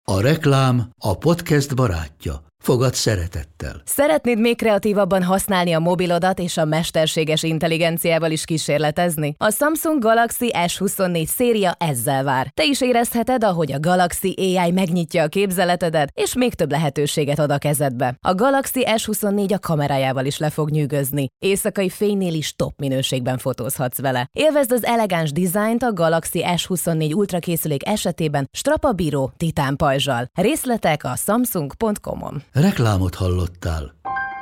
A reklám a podcast barátja. Fogad szeretettel. Szeretnéd még kreatívabban használni a mobilodat és a mesterséges intelligenciával is kísérletezni? A Samsung Galaxy S24 széria ezzel vár. Te is érezheted, ahogy a Galaxy AI megnyitja a képzeletedet, és még több lehetőséget ad a kezedbe. A Galaxy S24 a kamerájával is le fog nyűgözni. Éjszakai fénynél is top minőségben fotózhatsz vele. Élvezd az elegáns dizájnt a Galaxy S24 Ultra készülék esetében strapabíró titán pajzsal. Részletek a samsung.com-on. Reklámot hallottál.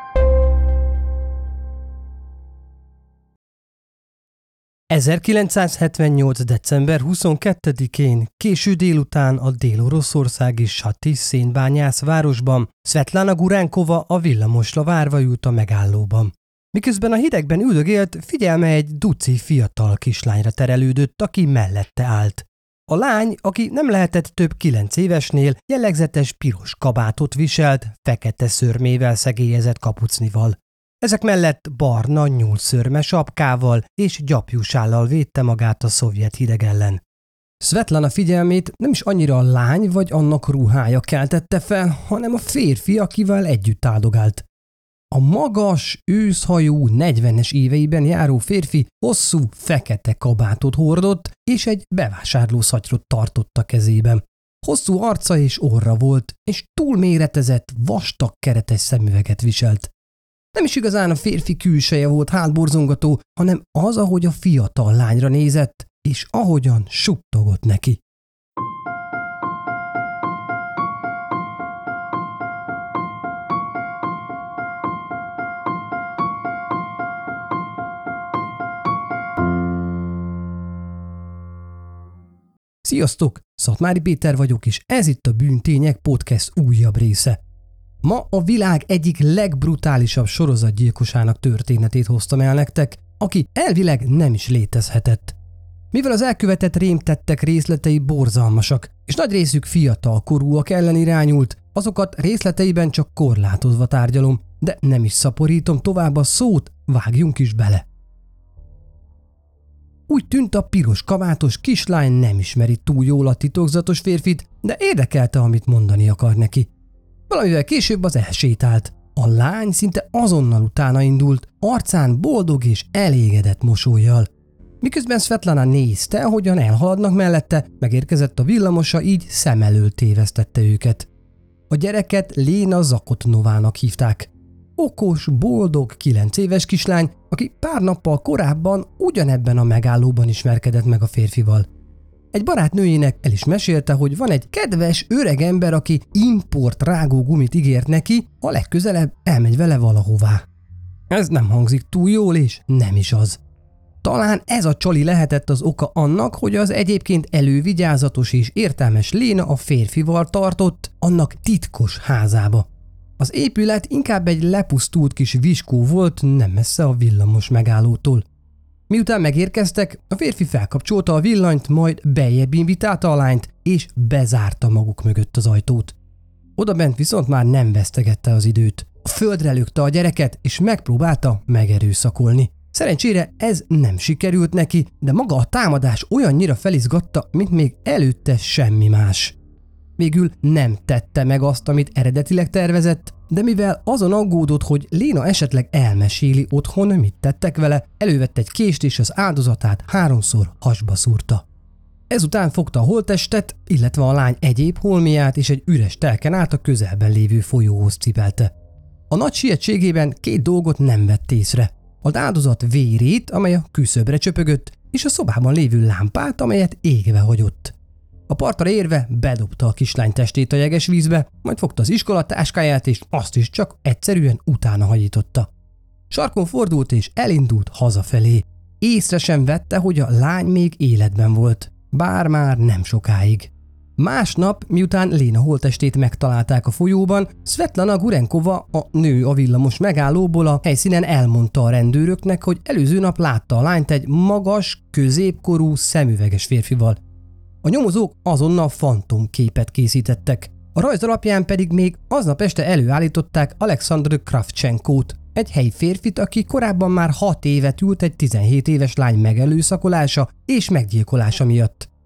...1978. december 22-én késő délután a dél-oroszországi Sati szénbányász városban Svetlana Gurenkova a villamosra várva jut a megállóban. Miközben a hidegben üldögélt, figyelme egy duci fiatal kislányra terelődött, aki mellette állt. A lány, aki nem lehetett több 9 évesnél, jellegzetes piros kabátot viselt, fekete szörmével szegélyezett kapucnival. Ezek mellett barna nyúlszörme sapkával és gyapjusállal védte magát a szovjet hideg ellen. Svetlana figyelmét nem is annyira a lány vagy annak ruhája keltette fel, hanem a férfi, akivel együtt áldogált. A magas, őszhajú, 40-es éveiben járó férfi hosszú, fekete kabátot hordott, és egy bevásárlószatyrot tartott a kezében. Hosszú arca és orra volt, és túlméretezett, vastag keretes szemüveget viselt. Nem is igazán a férfi külseje volt hátborzongató, hanem az, ahogy a fiatal lányra nézett, és ahogyan suttogott neki. Sziasztok! Szatmári Péter vagyok, és ez itt a Bűntények podcast újabb része. Ma a világ egyik legbrutálisabb sorozatgyilkosának történetét hoztam el nektek, aki elvileg nem is létezhetett. Mivel az elkövetett rémtettek részletei borzalmasak, és nagy részük fiatal korúak ellen irányult, azokat részleteiben csak korlátozva tárgyalom, de nem is szaporítom tovább a szót, vágjunk is bele. Úgy tűnt, a piros kabátos kislány nem ismeri túl jól a titokzatos férfit, de érdekelte, amit mondani akar neki. Valamivel később az elsétált. A lány szinte azonnal utána indult, arcán boldog és elégedett mosollyal. Miközben Svetlana nézte, hogyan elhaladnak mellette, megérkezett a villamosa, így szem elől tévesztette őket. A gyereket Léna Zakotnovának hívták. Okos, boldog, 9 éves kislány, aki pár nappal korábban ugyanebben a megállóban ismerkedett meg a férfival. Egy barátnőjének el is mesélte, hogy van egy kedves öreg ember, aki import rágógumit ígért neki, ha legközelebb elmegy vele valahová. Ez nem hangzik túl jól, és nem is az. Talán ez a csali lehetett az oka annak, hogy az egyébként elővigyázatos és értelmes Léna a férfival tartott annak titkos házába. Az épület inkább egy lepusztult kis viskó volt, nem messze a villamos megállótól. Miután megérkeztek, a férfi felkapcsolta a villanyt, majd beljebb invitálta a lányt, és bezárta maguk mögött az ajtót. Odabent viszont már nem vesztegette az időt. A földre lökte a gyereket, és megpróbálta megerőszakolni. Szerencsére ez nem sikerült neki, de maga a támadás olyannyira felizgatta, mint még előtte semmi más. Végül nem tette meg azt, amit eredetileg tervezett, de mivel azon aggódott, hogy Léna esetleg elmeséli otthon, mit tettek vele, elővette egy kést és az áldozatát 3-szor hasba szúrta. Ezután fogta a holttestet, illetve a lány egyéb holmiát, és egy üres telken át a közelben lévő folyóhoz cipelte. A nagy sietségében 2 dolgot nem vett észre. Az áldozat vérét, amely a küszöbre csöpögött, és a szobában lévő lámpát, amelyet égve hagyott. A partra érve bedobta a kislány testét a jeges vízbe, majd fogta az iskolatáskáját, és azt is csak egyszerűen utána hagyította. Sarkon fordult és elindult hazafelé. Észre sem vette, hogy a lány még életben volt, bár már nem sokáig. Másnap, miután Léna holttestét megtalálták a folyóban, Svetlana Gurenkova, a nő a villamos megállóból a helyszínen elmondta a rendőröknek, hogy előző nap látta a lányt egy magas, középkorú, szemüveges férfival. A nyomozók azonnal fantomképet készítettek. A rajz alapján pedig még aznap este előállították Alexandr Kravcsenkót, egy helyi férfit, aki korábban már 6 évet ült egy 17 éves lány megerőszakolása és meggyilkolása miatt.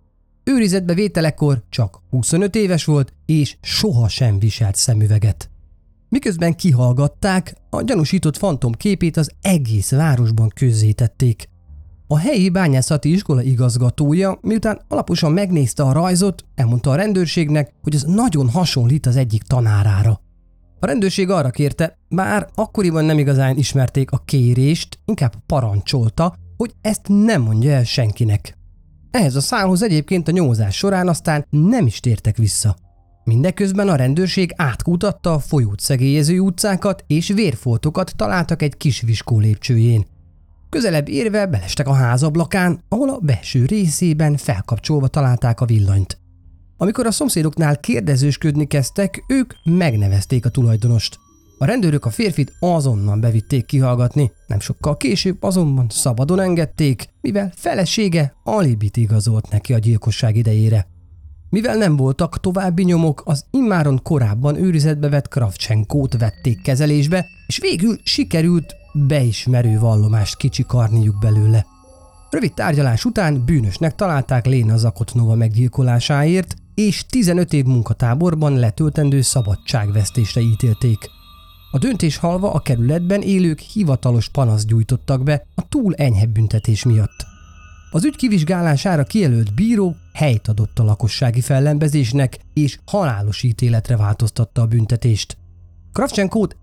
Őrizetbe vételekor csak 25 éves volt, és sohasem viselt szemüveget. Miközben kihallgatták, a gyanúsított fantom képét az egész városban közzétették. A helyi bányászati iskola igazgatója, miután alaposan megnézte a rajzot, elmondta a rendőrségnek, hogy az nagyon hasonlít az egyik tanárára. A rendőrség arra kérte, bár akkoriban nem igazán ismerték a kérést, inkább parancsolta, hogy ezt nem mondja el senkinek. Ehhez a szálhoz egyébként a nyomozás során aztán nem is tértek vissza. Mindeközben a rendőrség átkutatta a folyót szegélyező utcákat, és vérfoltokat találtak egy kis viskó lépcsőjén. Közelebb érve belestek a ház ablakán, ahol a belső részében felkapcsolva találták a villanyt. Amikor a szomszédoknál kérdezősködni kezdtek, ők megnevezték a tulajdonost. A rendőrök a férfit azonnal bevitték kihallgatni, nem sokkal később azonban szabadon engedték, mivel felesége alibit igazolt neki a gyilkosság idejére. Mivel nem voltak további nyomok, az immáron korábban őrizetbe vett Kravcsenkót vették kezelésbe, és végül sikerült beismerő vallomást kicsikarniuk belőle. Rövid tárgyalás után bűnösnek találták Léna Zakotnova meggyilkolásáért, és 15 év munkatáborban letöltendő szabadságvesztésre ítélték. A döntés halva a kerületben élők hivatalos panaszt gyújtottak be a túl enyhe büntetés miatt. Az ügy kivizsgálására kijelölt bíró helyt adott a lakossági fellembezésnek, és halálos ítéletre változtatta a büntetést. Kravcsenkót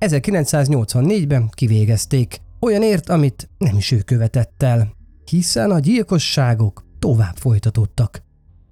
1984-ben kivégezték, olyanért, amit nem is ő követett el, hiszen a gyilkosságok tovább folytatódtak.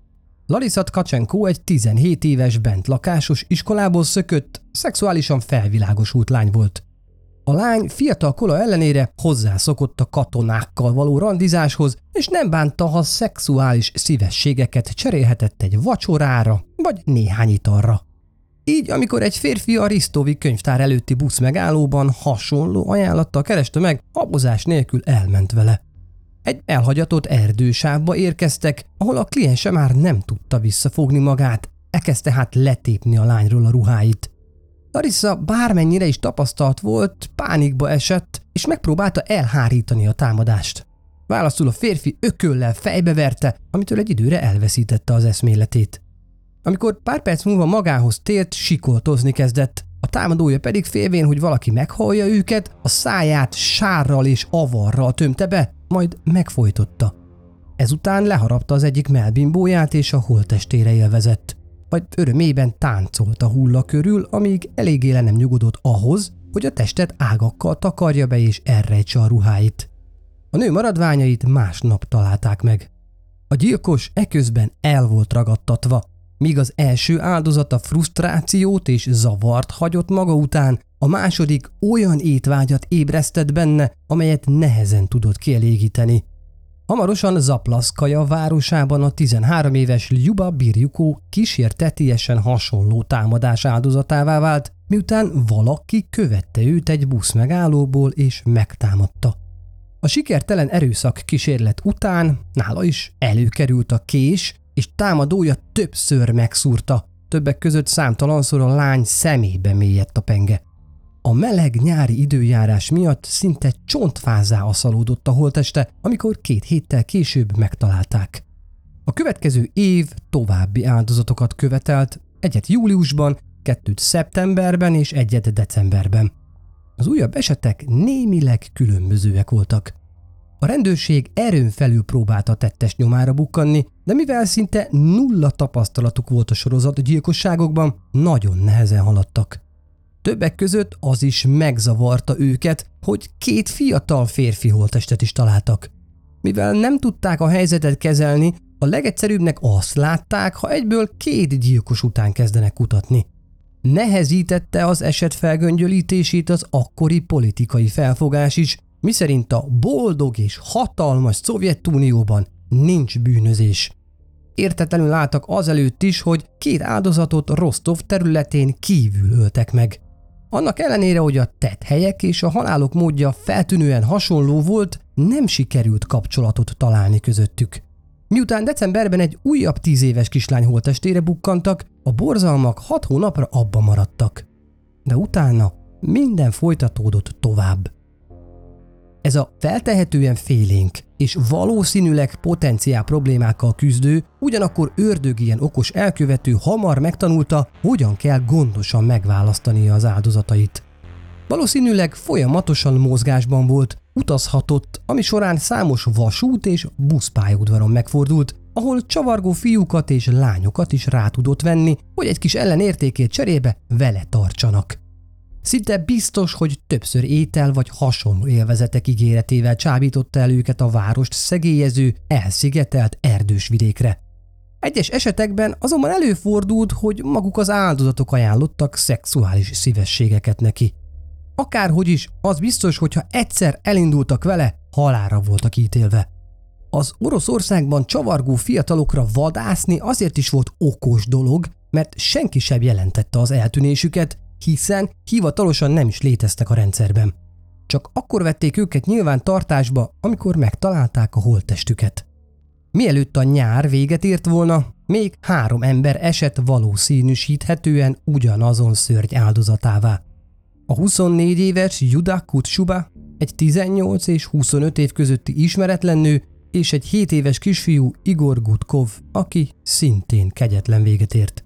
Larisa Tkacsenko egy 17 éves bentlakásos iskolából szökött, szexuálisan felvilágosult lány volt. A lány fiatal kora ellenére hozzászokott a katonákkal való randizáshoz, és nem bánta, ha szexuális szívességeket cserélhetett egy vacsorára vagy néhány italra. Így, amikor egy férfi a Risztovi könyvtár előtti busz megállóban hasonló ajánlattal kereste meg, habozás nélkül elment vele. Egy elhagyatott erdősávba érkeztek, ahol a kliense már nem tudta visszafogni magát, elkezdte hát letépni a lányról a ruháit. Larisa bármennyire is tapasztalt volt, pánikba esett, és megpróbálta elhárítani a támadást. Válaszul a férfi ököllel fejbeverte, amitől egy időre elveszítette az eszméletét. Amikor pár perc múlva magához tért, sikoltozni kezdett, a támadója pedig félvén, hogy valaki meghallja őket, a száját sárral és avarral tömte be, majd megfojtotta. Ezután leharapta az egyik mellbimbóját és a holttestére élvezett. Majd örömében táncolt a hulla körül, amíg eléggé le nem nyugodott ahhoz, hogy a testet ágakkal takarja be és elrejtse a ruháit. A nő maradványait másnap találták meg. A gyilkos eközben el volt ragadtatva, míg az első áldozata frusztrációt és zavart hagyott maga után, a második olyan étvágyat ébresztett benne, amelyet nehezen tudott kielégíteni. Hamarosan Zaplaszkaja városában a 13 éves Ljuba Birjukó kísértetiesen hasonló támadás áldozatává vált, miután valaki követte őt egy buszmegállóból és megtámadta. A sikertelen erőszak kísérlet után nála is előkerült a kés, és támadója többször megszúrta, többek között számtalanszor a lány szemébe mélyedt a penge. A meleg nyári időjárás miatt szinte csontvázzá aszalódott a holtteste, amikor 2 héttel később megtalálták. A következő év további áldozatokat követelt, egyet júliusban, 2 szeptemberben és egyet decemberben. Az újabb esetek némileg különbözőek voltak. A rendőrség erőn felül próbálta a tettes nyomára bukkanni, de mivel szinte nulla tapasztalatuk volt a sorozat gyilkosságokban, nagyon nehezen haladtak. Többek között az is megzavarta őket, hogy 2 fiatal férfi holttestet is találtak. Mivel nem tudták a helyzetet kezelni, a legegyszerűbbnek azt látták, ha egyből 2 gyilkos után kezdenek kutatni. Nehezítette az eset felgöngyölítését az akkori politikai felfogás is, miszerint a boldog és hatalmas Szovjetunióban nincs bűnözés. Értetlenül álltak azelőtt is, hogy 2 áldozatot Rostov területén kívül öltek meg. Annak ellenére, hogy a tetthelyek és a halálok módja feltűnően hasonló volt, nem sikerült kapcsolatot találni közöttük. Miután decemberben egy újabb 10 éves kislány holttestére bukkantak, a borzalmak 6 hónapra abba maradtak. De utána minden folytatódott tovább. Ez a feltehetően félénk és valószínűleg potenciál problémákkal küzdő, ugyanakkor ördögien okos elkövető hamar megtanulta, hogyan kell gondosan megválasztania az áldozatait. Valószínűleg folyamatosan mozgásban volt, utazhatott, ami során számos vasút és buszpályaudvaron megfordult, ahol csavargó fiúkat és lányokat is rá tudott venni, hogy egy kis ellenértékét cserébe vele tartsanak. Szinte biztos, hogy többször étel vagy hasonló élvezetek ígéretével csábította el őket a várost szegélyező, elszigetelt erdős vidékre. Egyes esetekben azonban előfordult, hogy maguk az áldozatok ajánlottak szexuális szívességeket neki. Akárhogy is, az biztos, hogyha egyszer elindultak vele, halálra voltak ítélve. Az Oroszországban csavargó fiatalokra vadászni azért is volt okos dolog, mert senki sem jelentette az eltűnésüket, hiszen hivatalosan nem is léteztek a rendszerben. Csak akkor vették őket nyilvántartásba, amikor megtalálták a holttestüket. Mielőtt a nyár véget ért volna, még 3 ember esett valószínűsíthetően ugyanazon szörny áldozatává. A 24 éves Yuda Kutshuba, egy 18 és 25 év közötti ismeretlen nő, és egy 7 éves kisfiú Igor Gutkov, aki szintén kegyetlen véget ért.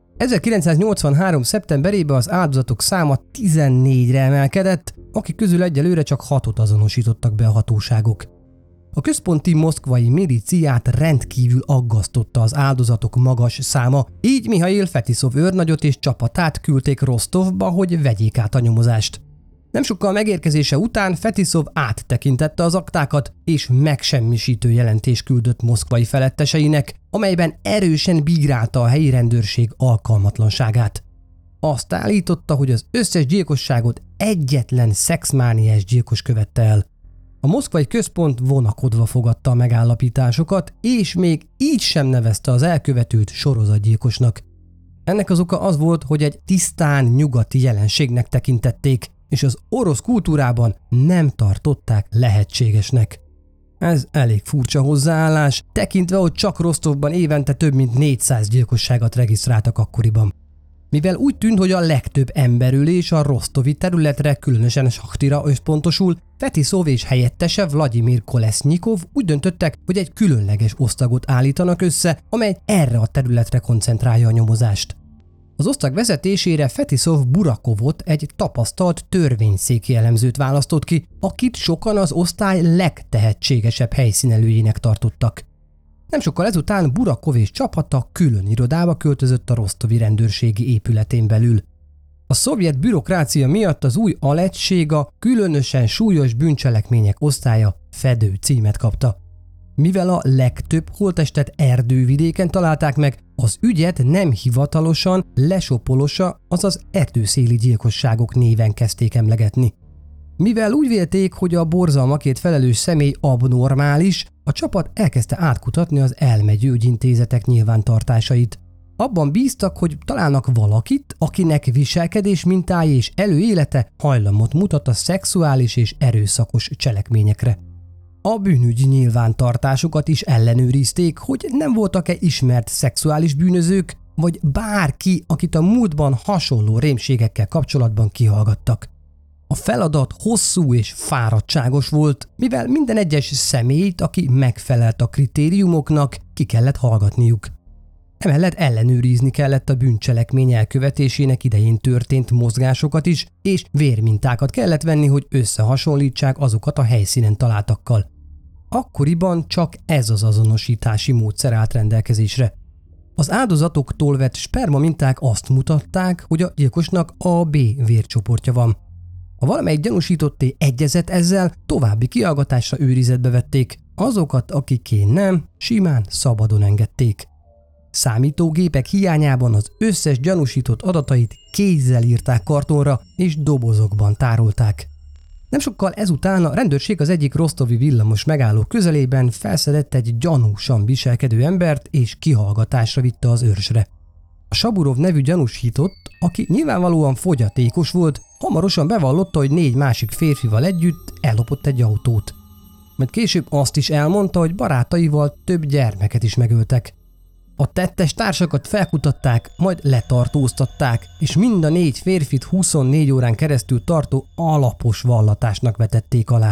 1983. szeptemberében az áldozatok száma 14-re emelkedett, akik közül egyelőre csak 6-ot azonosítottak be a hatóságok. A központi moszkvai milíciát rendkívül aggasztotta az áldozatok magas száma, így Mihail Fetisov őrnagyot és csapatát küldték Rostovba, hogy vegyék át a nyomozást. Nem sokkal megérkezése után Fetisov áttekintette az aktákat, és megsemmisítő jelentést küldött moszkvai feletteseinek, amelyben erősen bírálta a helyi rendőrség alkalmatlanságát. Azt állította, hogy az összes gyilkosságot egyetlen szexmániás gyilkos követte el. A moszkvai központ vonakodva fogadta a megállapításokat, és még így sem nevezte az elkövetőt sorozatgyilkosnak. Ennek az oka az volt, hogy egy tisztán nyugati jelenségnek tekintették, és az orosz kultúrában nem tartották lehetségesnek. Ez elég furcsa hozzáállás, tekintve, hogy csak Rostovban évente több mint 400 gyilkosságot regisztráltak akkoriban. Mivel úgy tűnt, hogy a legtöbb emberülés a rosztovi területre, különösen Sahtira összpontosul, Fetisov és helyettese Vladimir Kolesznyikov úgy döntöttek, hogy egy különleges osztagot állítanak össze, amely erre a területre koncentrálja a nyomozást. Az osztag vezetésére Fetisov Burakovot, egy tapasztalt törvényszéki elemzőt választott ki, akit sokan az osztály legtehetségesebb helyszínelőjének tartottak. Nem sokkal ezután Burakov és csapata külön irodába költözött a rosztovi rendőrségi épületén belül. A szovjet bürokrácia miatt az új alegység a különösen súlyos bűncselekmények osztálya fedő címet kapta. Mivel a legtöbb holttestet erdővidéken találták meg, az ügyet nem hivatalosan Lesopolosa, azaz erdőszéli gyilkosságok néven kezdték emlegetni. Mivel úgy vélték, hogy a borzalmakért felelős személy abnormális, a csapat elkezdte átkutatni az elmegyő ügyintézetek nyilvántartásait. Abban bíztak, hogy találnak valakit, akinek viselkedés mintái és előélete hajlamot mutat a szexuális és erőszakos cselekményekre. A bűnügyi nyilvántartásokat is ellenőrizték, hogy nem voltak-e ismert szexuális bűnözők, vagy bárki, akit a múltban hasonló rémségekkel kapcsolatban kihallgattak. A feladat hosszú és fáradtságos volt, mivel minden egyes személyt, aki megfelelt a kritériumoknak, ki kellett hallgatniuk. Emellett ellenőrizni kellett a bűncselekmény elkövetésének idején történt mozgásokat is, és vérmintákat kellett venni, hogy összehasonlítsák azokat a helyszínen találtakkal. Akkoriban csak ez az azonosítási módszer állt rendelkezésre. Az áldozatoktól vett spermaminták azt mutatták, hogy a gyilkosnak AB vércsoportja van. Ha valamelyik gyanúsítotté egyezett ezzel, további kihallgatásra őrizetbe vették, azokat, akiké nem, simán szabadon engedték. Számítógépek hiányában az összes gyanúsított adatait kézzel írták kartonra és dobozokban tárolták. Nem sokkal ezután a rendőrség az egyik rosztovi villamos megálló közelében felszedett egy gyanúsan viselkedő embert és kihallgatásra vitte az őrsre. A Saburov nevű gyanúsított, aki nyilvánvalóan fogyatékos volt, hamarosan bevallotta, hogy 4 másik férfival együtt ellopott egy autót. Majd később azt is elmondta, hogy barátaival több gyermeket is megöltek. A tettes társakat felkutatták, majd letartóztatták, és mind a 4 férfit 24 órán keresztül tartó alapos vallatásnak vetették alá.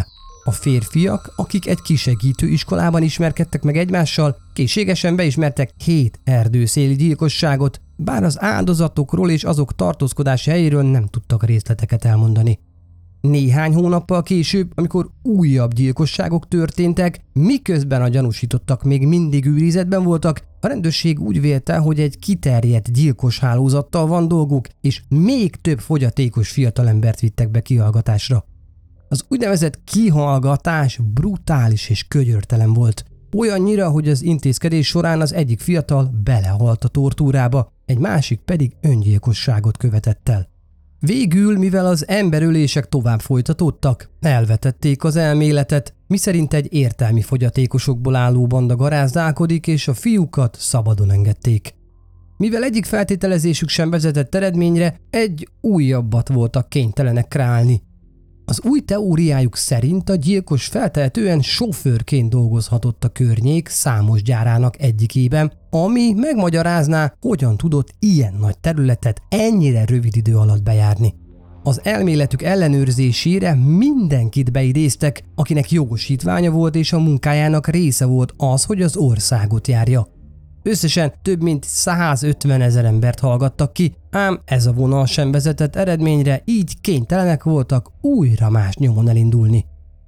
A férfiak, akik egy kisegítő iskolában ismerkedtek meg egymással, készségesen beismertek 7 erdőszéli gyilkosságot, bár az áldozatokról és azok tartózkodási helyéről nem tudtak részleteket elmondani. Néhány hónappal később, amikor újabb gyilkosságok történtek, miközben a gyanúsítottak még mindig őrizetben voltak, a rendőrség úgy vélte, hogy egy kiterjedt gyilkos hálózattal van dolguk, és még több fogyatékos fiatalembert vittek be kihallgatásra. Az úgynevezett kihallgatás brutális és könyörtelen volt. Olyannyira, hogy az intézkedés során az egyik fiatal belehalt a tortúrába, egy másik pedig öngyilkosságot követett el. Végül, mivel az emberölések tovább folytatódtak, elvetették az elméletet, miszerint egy értelmi fogyatékosokból álló banda garázdálkodik, és a fiúkat szabadon engedték. Mivel egyik feltételezésük sem vezetett eredményre, egy újabbat voltak kénytelenek kreálni. Az új teóriájuk szerint a gyilkos feltehetően sofőrként dolgozhatott a környék számos gyárának egyikében, ami megmagyarázná, hogyan tudott ilyen nagy területet ennyire rövid idő alatt bejárni. Az elméletük ellenőrzésére mindenkit beidéztek, akinek jogosítványa volt és a munkájának része volt az, hogy az országot járja. Összesen több mint 150 000 embert hallgattak ki, ám ez a vonal sem vezetett eredményre, így kénytelenek voltak újra más nyomon elindulni.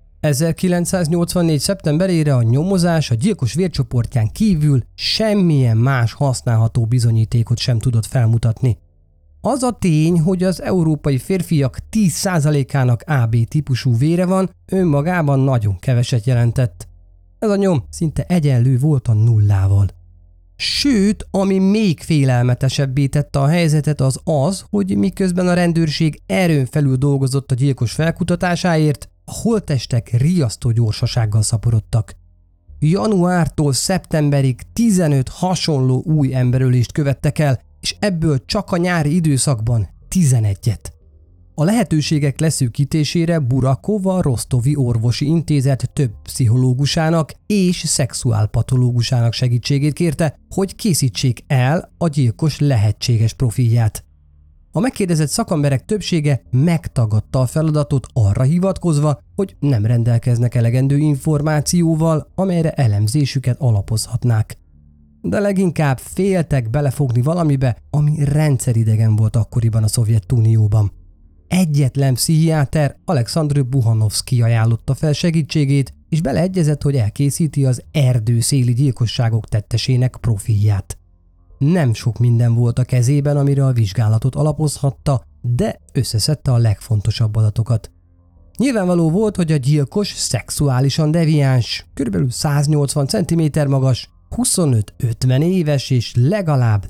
1984. szeptemberére a nyomozás a gyilkos vércsoportján kívül semmilyen más használható bizonyítékot sem tudott felmutatni. Az a tény, hogy az európai férfiak 10%-ának AB típusú vére van, önmagában nagyon keveset jelentett. Ez a nyom szinte egyenlő volt a nullával. Sőt, ami még félelmetesebbé tette a helyzetet az, hogy miközben a rendőrség erőn felül dolgozott a gyilkos felkutatásáért, a holttestek riasztó gyorsasággal szaporodtak. Januártól szeptemberig 15 hasonló új emberölést követtek el, és ebből csak a nyári időszakban 11-et. A lehetőségek leszűkítésére Burakov a Rosztovi Orvosi Intézet több pszichológusának és szexuálpatológusának segítségét kérte, hogy készítsék el a gyilkos lehetséges profilját. A megkérdezett szakemberek többsége megtagadta a feladatot arra hivatkozva, hogy nem rendelkeznek elegendő információval, amelyre elemzésüket alapozhatnák. De leginkább féltek belefogni valamibe, ami rendszeridegen volt akkoriban a Szovjetunióban. Egyetlen pszichiáter, Alekszandr Buhanovszky ajánlotta fel segítségét, és beleegyezett, hogy elkészíti az erdőszéli gyilkosságok tettesének profilját. Nem sok minden volt a kezében, amire a vizsgálatot alapozhatta, de összeszedte a legfontosabb adatokat. Nyilvánvaló volt, hogy a gyilkos szexuálisan deviáns, kb. 180 cm magas, 25-50 éves és legalább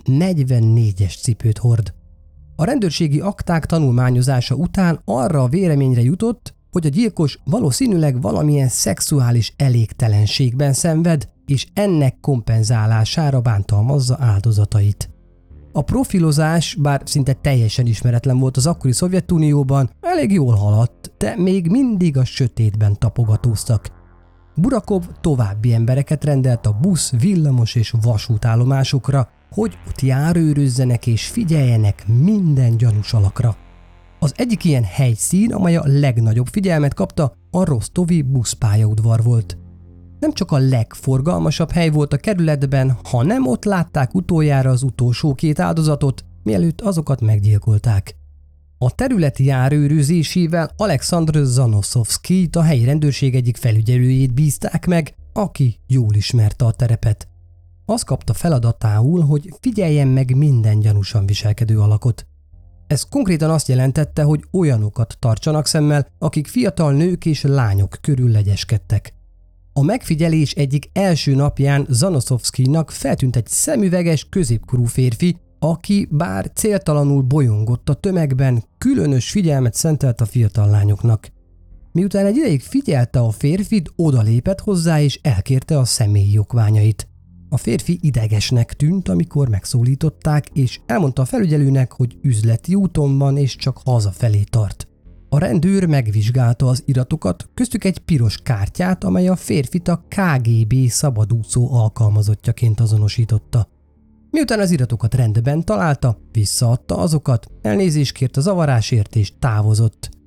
44-es cipőt hord. A rendőrségi akták tanulmányozása után arra a véleményre jutott, hogy a gyilkos valószínűleg valamilyen szexuális elégtelenségben szenved, és ennek kompenzálására bántalmazza áldozatait. A profilozás, bár szinte teljesen ismeretlen volt az akkori Szovjetunióban, elég jól haladt, de még mindig a sötétben tapogatóztak. Burakov további embereket rendelt a busz, villamos és vasútállomásokra, hogy ott járőrözzenek és figyeljenek minden gyanús alakra. Az egyik ilyen helyszín, amely a legnagyobb figyelmet kapta, a rosztovi buszpályaudvar volt. Nem csak a legforgalmasabb hely volt a kerületben, hanem ott látták utoljára az utolsó 2 áldozatot, mielőtt azokat meggyilkolták. A területi járőrözésével Alekszandr Zanoszovszkijt, a helyi rendőrség egyik felügyelőjét bízták meg, aki jól ismerte a terepet. Az kapta feladatául, hogy figyeljen meg minden gyanúsan viselkedő alakot. Ez konkrétan azt jelentette, hogy olyanokat tartsanak szemmel, akik fiatal nők és lányok körül legyeskedtek. A megfigyelés egyik első napján Zanoszovszkijnak feltűnt egy szemüveges, középkorú férfi, aki bár céltalanul bolyongott a tömegben, különös figyelmet szentelt a fiatal lányoknak. Miután egy ideig figyelte a férfit, odalépett hozzá és elkérte a személyi okmányait. A férfi idegesnek tűnt, amikor megszólították, és elmondta a felügyelőnek, hogy üzleti úton van és csak hazafelé tart. A rendőr megvizsgálta az iratokat, köztük egy piros kártyát, amely a férfit a KGB szabadúszó alkalmazottjaként azonosította. Miután az iratokat rendben találta, visszaadta azokat, elnézést kért a zavarásért és távozott.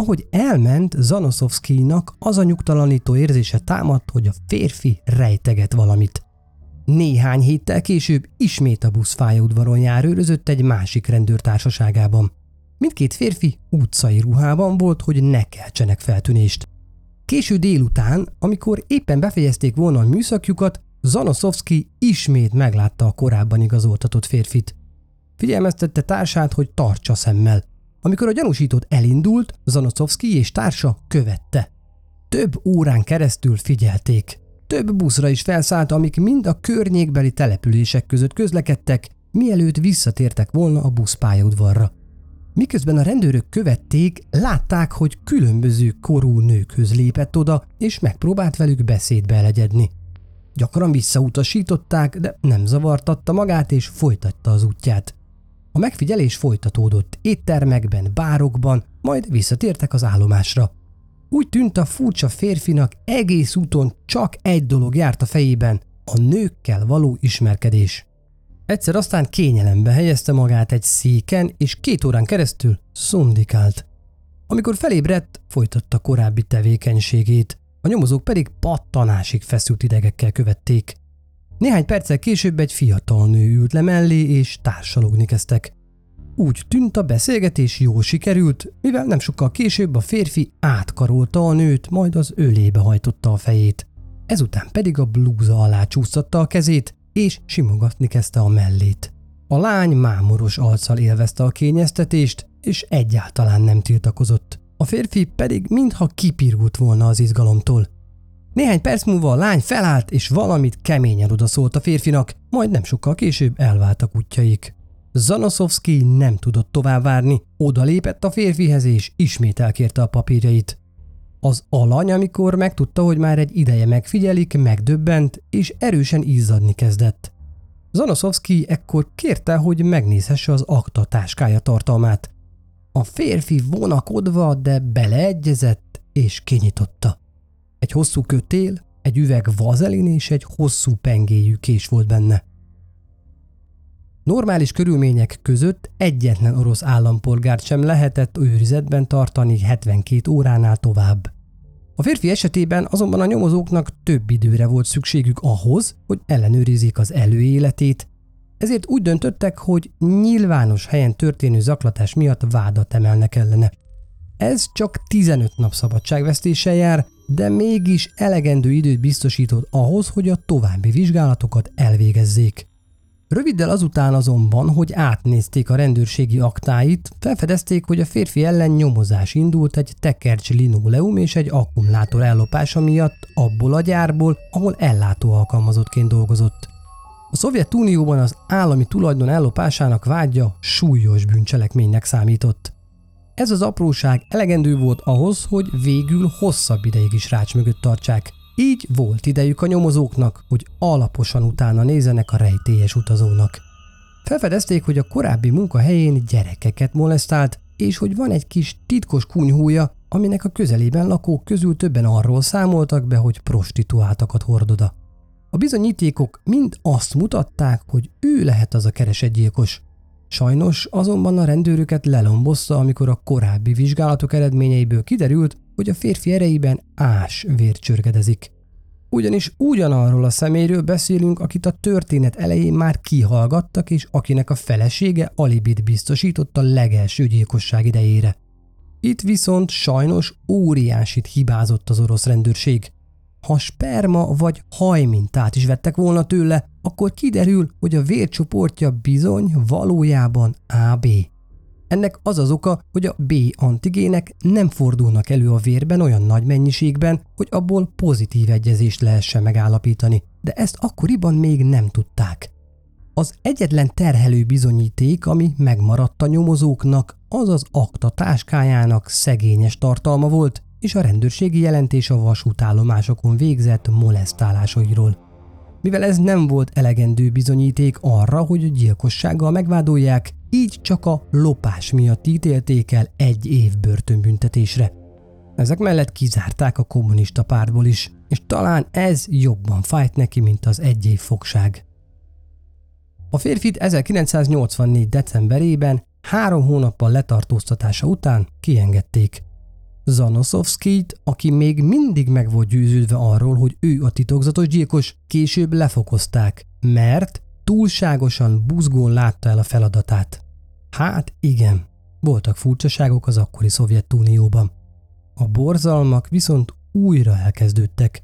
ahogy elment, Zanoszovszkijnak az a nyugtalanító érzése támadt, hogy a férfi rejteget valamit. Néhány héttel később ismét a buszpályaudvaron járőrözött egy másik rendőrtársaságában. Mindkét férfi utcai ruhában volt, hogy ne keltsenek feltűnést. Késő délután, amikor éppen befejezték volna a műszakjukat, Zanoszovszkij ismét meglátta a korábban igazoltatott férfit. Figyelmeztette társát, hogy tartsa szemmel. Amikor a gyanúsított elindult, Zanoszovszkij és társa követte. Több órán keresztül figyelték. Több buszra is felszállt, amik mind a környékbeli települések között közlekedtek, mielőtt visszatértek volna a buszpályaudvarra. Miközben a rendőrök követték, látták, hogy különböző korú nőkhöz lépett oda, és megpróbált velük beszédbe elegyedni. Gyakran visszautasították, de nem zavartatta magát, és folytatta az útját. A megfigyelés folytatódott éttermekben, bárokban, majd visszatértek az állomásra. Úgy tűnt, a furcsa férfinak egész úton csak egy dolog járt a fejében, a nőkkel való ismerkedés. Egyszer aztán kényelembe helyezte magát egy széken, és 2 órán keresztül szundikált. Amikor felébredt, folytatta korábbi tevékenységét, a nyomozók pedig pattanásig feszült idegekkel követték. Néhány perccel később egy fiatal nő ült le mellé, és társalogni kezdtek. Úgy tűnt, a beszélgetés jól sikerült, mivel nem sokkal később a férfi átkarolta a nőt, majd az ölébe hajtotta a fejét. Ezután pedig a blúza alá csúsztatta a kezét, és simogatni kezdte a mellét. A lány mámoros arccal élvezte a kényeztetést, és egyáltalán nem tiltakozott. A férfi pedig mintha kipirult volna az izgalomtól. Néhány perc múlva a lány felállt, és valamit keményen odaszólt a férfinak, majd nem sokkal később elváltak útjaik. Zanoszovszkij nem tudott tovább várni, odalépett a férfihez, és ismét elkérte a papírjait. Az alany, amikor megtudta, hogy már egy ideje megfigyelik, megdöbbent, és erősen izzadni kezdett. Zanoszovszkij ekkor kérte, hogy megnézhesse az akta táskája tartalmát. A férfi vonakodva, de beleegyezett, és kinyitotta. Egy hosszú kötél, egy üveg vazelin és egy hosszú pengéjű kés volt benne. Normális körülmények között egyetlen orosz állampolgárt sem lehetett őrizetben tartani 72 óránál tovább. A férfi esetében azonban a nyomozóknak több időre volt szükségük ahhoz, hogy ellenőrizzék az előéletét, ezért úgy döntöttek, hogy nyilvános helyen történő zaklatás miatt vádat emelnek ellene. Ez csak 15 nap szabadságvesztéssel jár, de mégis elegendő időt biztosított ahhoz, hogy a további vizsgálatokat elvégezzék. Röviddel azután azonban, hogy átnézték a rendőrségi aktáit, felfedezték, hogy a férfi ellen nyomozás indult egy tekercs linoleum és egy akkumulátor ellopása miatt abból a gyárból, ahol ellátó alkalmazottként dolgozott. A Szovjetunióban az állami tulajdon ellopásának vágya súlyos bűncselekménynek számított. Ez az apróság elegendő volt ahhoz, hogy végül hosszabb ideig is rács mögött tartsák. Így volt idejük a nyomozóknak, hogy alaposan utána nézzenek a rejtélyes utazónak. Felfedezték, hogy a korábbi munkahelyén gyerekeket molesztált, és hogy van egy kis titkos kunyhója, aminek a közelében lakók közül többen arról számoltak be, hogy prostituáltakat hord oda. A bizonyítékok mind azt mutatták, hogy ő lehet az a keresett gyilkos. Sajnos azonban a rendőröket lelombozta, amikor a korábbi vizsgálatok eredményeiből kiderült, hogy a férfi erejében ásvér csörgedezik. Ugyanis ugyanarról a személyről beszélünk, akit a történet elején már kihallgattak, és akinek a felesége alibit biztosított a legelső gyilkosság idejére. Itt viszont sajnos óriásit hibázott az orosz rendőrség. Ha sperma vagy hajmintát is vettek volna tőle, akkor kiderül, hogy a vércsoportja bizony valójában AB. Ennek az az oka, hogy a B-antigének nem fordulnak elő a vérben olyan nagy mennyiségben, hogy abból pozitív egyezést lehessen megállapítani, de ezt akkoriban még nem tudták. Az egyetlen terhelő bizonyíték, ami megmaradt a nyomozóknak, az az akta táskájának szegényes tartalma volt, és a rendőrségi jelentés a vasútállomásokon végzett molesztálásairól. Mivel ez nem volt elegendő bizonyíték arra, hogy gyilkossággal megvádolják, így csak a lopás miatt ítélték el 1 év börtönbüntetésre. Ezek mellett kizárták a kommunista pártból is, és talán ez jobban fájt neki, mint az 1 év fogság. A férfit 1984. decemberében 3 hónappal letartóztatása után kiengedték. Zanosovszkijt, aki még mindig meg volt győződve arról, hogy ő a titokzatos gyilkos, később lefokozták, mert túlságosan buzgón látta el a feladatát. Hát igen, voltak furcsaságok az akkori Szovjetunióban. A borzalmak viszont újra elkezdődtek.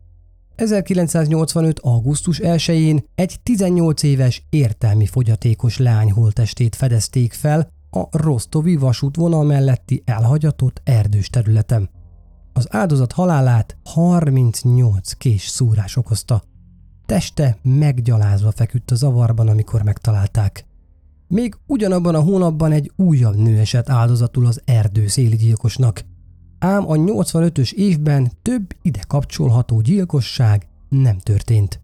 1985. augusztus 1-én egy 18 éves értelmi fogyatékos leány holttestét fedezték fel a rosztovi vasútvonal melletti elhagyatott erdős területen. Az áldozat halálát 38 kés szúrás okozta. Teste meggyalázva feküdt a zavarban, amikor megtalálták. Még ugyanabban a hónapban egy újabb nő esett áldozatul az erdőszéli gyilkosnak. Ám a 85-ös évben több ide kapcsolható gyilkosság nem történt.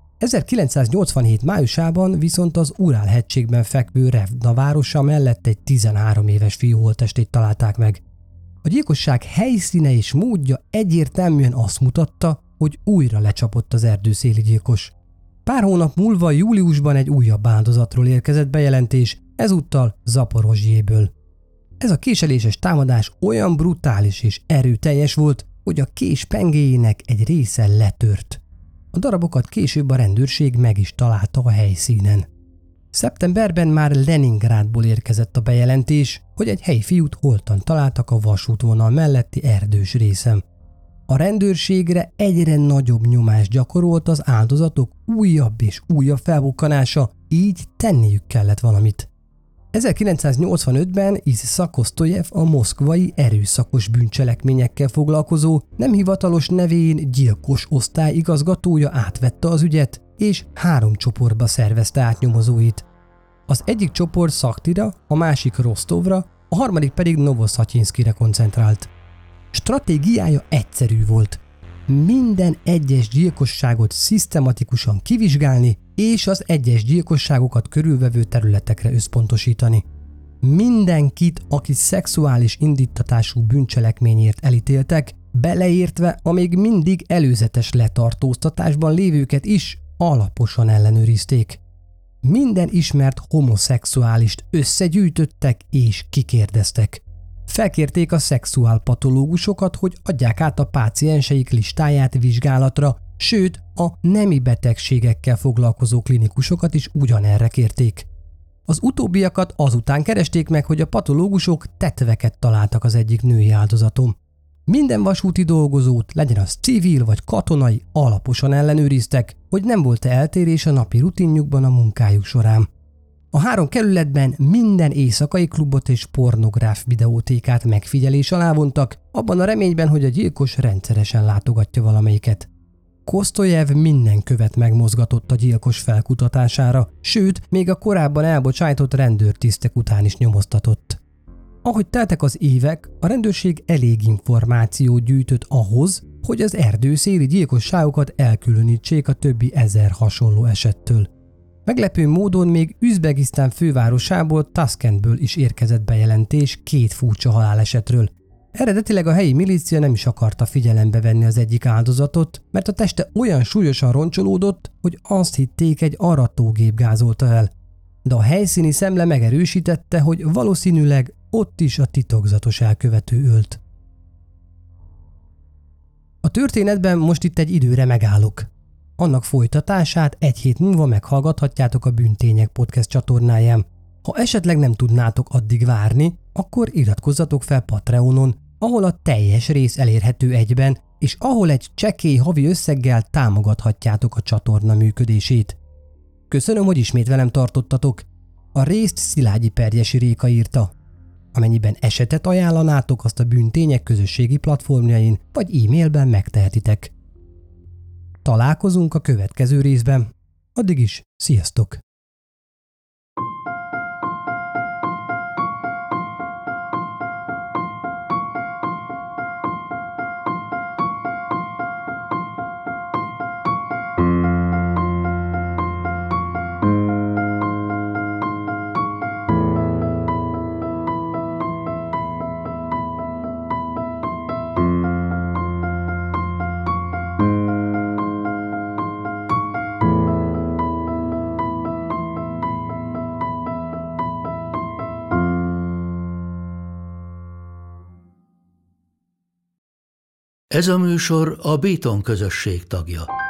1987 májusában viszont az Urál-hegységben fekvő Revna városa mellett egy 13 éves fiú holttestét találták meg. A gyilkosság helyszíne és módja egyértelműen azt mutatta, hogy újra lecsapott az erdőszéli gyilkos. Pár hónap múlva júliusban egy újabb áldozatról érkezett bejelentés, ezúttal Zaporozsjéből. Ez a késeléses támadás olyan brutális és erőteljes volt, hogy a kés pengéjének egy része letört. A darabokat később a rendőrség meg is találta a helyszínen. Szeptemberben már Leningrádból érkezett a bejelentés, hogy egy helyi fiút holtan találtak a vasútvonal melletti erdős részen. A rendőrségre egyre nagyobb nyomást gyakorolt az áldozatok újabb és újabb felbukkanása, így tenniük kellett valamit. 1985-ben Iszsa Kosztojev a moszkvai erőszakos bűncselekményekkel foglalkozó, nem hivatalos nevén gyilkos osztály igazgatója átvette az ügyet, és 3 csoportba szervezte átnyomozóit. Az egyik csoport Szaktira, a másik Rostovra, a harmadik pedig Novoszhatyinszkire koncentrált. Stratégiája egyszerű volt. Minden egyes gyilkosságot szisztematikusan kivizsgálni, és az egyes gyilkosságokat körülvevő területekre összpontosítani. Mindenkit, aki szexuális indíttatású bűncselekményért elítéltek, beleértve a még mindig előzetes letartóztatásban lévőket is alaposan ellenőrizték. Minden ismert homoszexuálist összegyűjtöttek és kikérdeztek. Felkérték a szexuálpatológusokat, hogy adják át a pácienseik listáját vizsgálatra, sőt, a nemi betegségekkel foglalkozó klinikusokat is ugyanerre kérték. Az utóbbiakat azután keresték meg, hogy a patológusok tetveket találtak az egyik női áldozaton. Minden vasúti dolgozót, legyen az civil vagy katonai, alaposan ellenőriztek, hogy nem volt-e eltérés a napi rutinjukban a munkájuk során. A 3 kerületben minden éjszakai klubot és pornográf videótékát megfigyelés alá vontak, abban a reményben, hogy a gyilkos rendszeresen látogatja valamelyiket. Kosztojev minden követ megmozgatott a gyilkos felkutatására, sőt, még a korábban elbocsájtott rendőrtisztek után is nyomoztatott. Ahogy teltek az évek, a rendőrség elég információt gyűjtött ahhoz, hogy az erdőszéli gyilkosságokat elkülönítsék a többi 1000 hasonló esettől. Meglepő módon még Üzbegisztán fővárosából, Taszkentből is érkezett bejelentés 2 furcsa halálesetről. Eredetileg a helyi milícia nem is akarta figyelembe venni az egyik áldozatot, mert a teste olyan súlyosan roncsolódott, hogy azt hitték, egy aratógép gázolta el. De a helyszíni szemle megerősítette, hogy valószínűleg ott is a titokzatos elkövető ölt. A történetben most itt egy időre megállok. Annak folytatását 1 hét múlva meghallgathatjátok a Bűntények podcast csatornáján. Ha esetleg nem tudnátok addig várni, akkor iratkozzatok fel Patreonon, ahol a teljes rész elérhető egyben, és ahol egy csekély havi összeggel támogathatjátok a csatorna működését. Köszönöm, hogy ismét velem tartottatok. A részt Szilágyi Perjesi Réka írta. Amennyiben esetet ajánlanátok, azt a Bűntények közösségi platformjain vagy e-mailben megtehetitek. Találkozunk a következő részben. Addig is, sziasztok! Ez a műsor a Béton közösség tagja.